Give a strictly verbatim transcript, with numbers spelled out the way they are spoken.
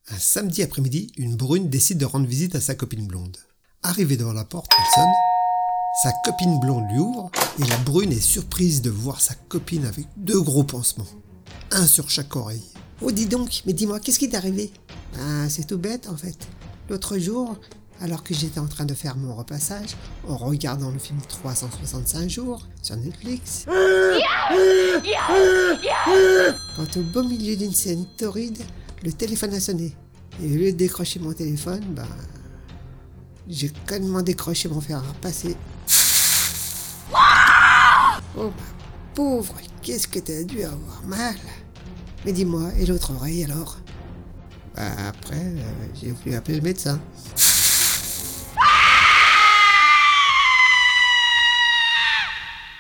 Un samedi après-midi, une brune décide de rendre visite à sa copine blonde. Arrivée devant la porte, elle sonne. Sa copine blonde lui ouvre et la brune est surprise de voir sa copine avec deux gros pansements. Un sur chaque oreille. Oh dis donc, mais dis-moi, qu'est-ce qui t'est arrivé ? Ah, c'est tout bête en fait. L'autre jour, alors que j'étais en train de faire mon repassage, en regardant le film trois cent soixante-cinq jours sur Netflix, quand au beau milieu d'une scène torride, le téléphone a sonné. Et au lieu de décrocher mon téléphone, bah... j'ai connement décroché mon fer à repasser. Oh ma pauvre, qu'est-ce que t'as dû avoir mal. Mais dis-moi, et l'autre oreille alors ? Bah après, euh, j'ai voulu appeler le médecin.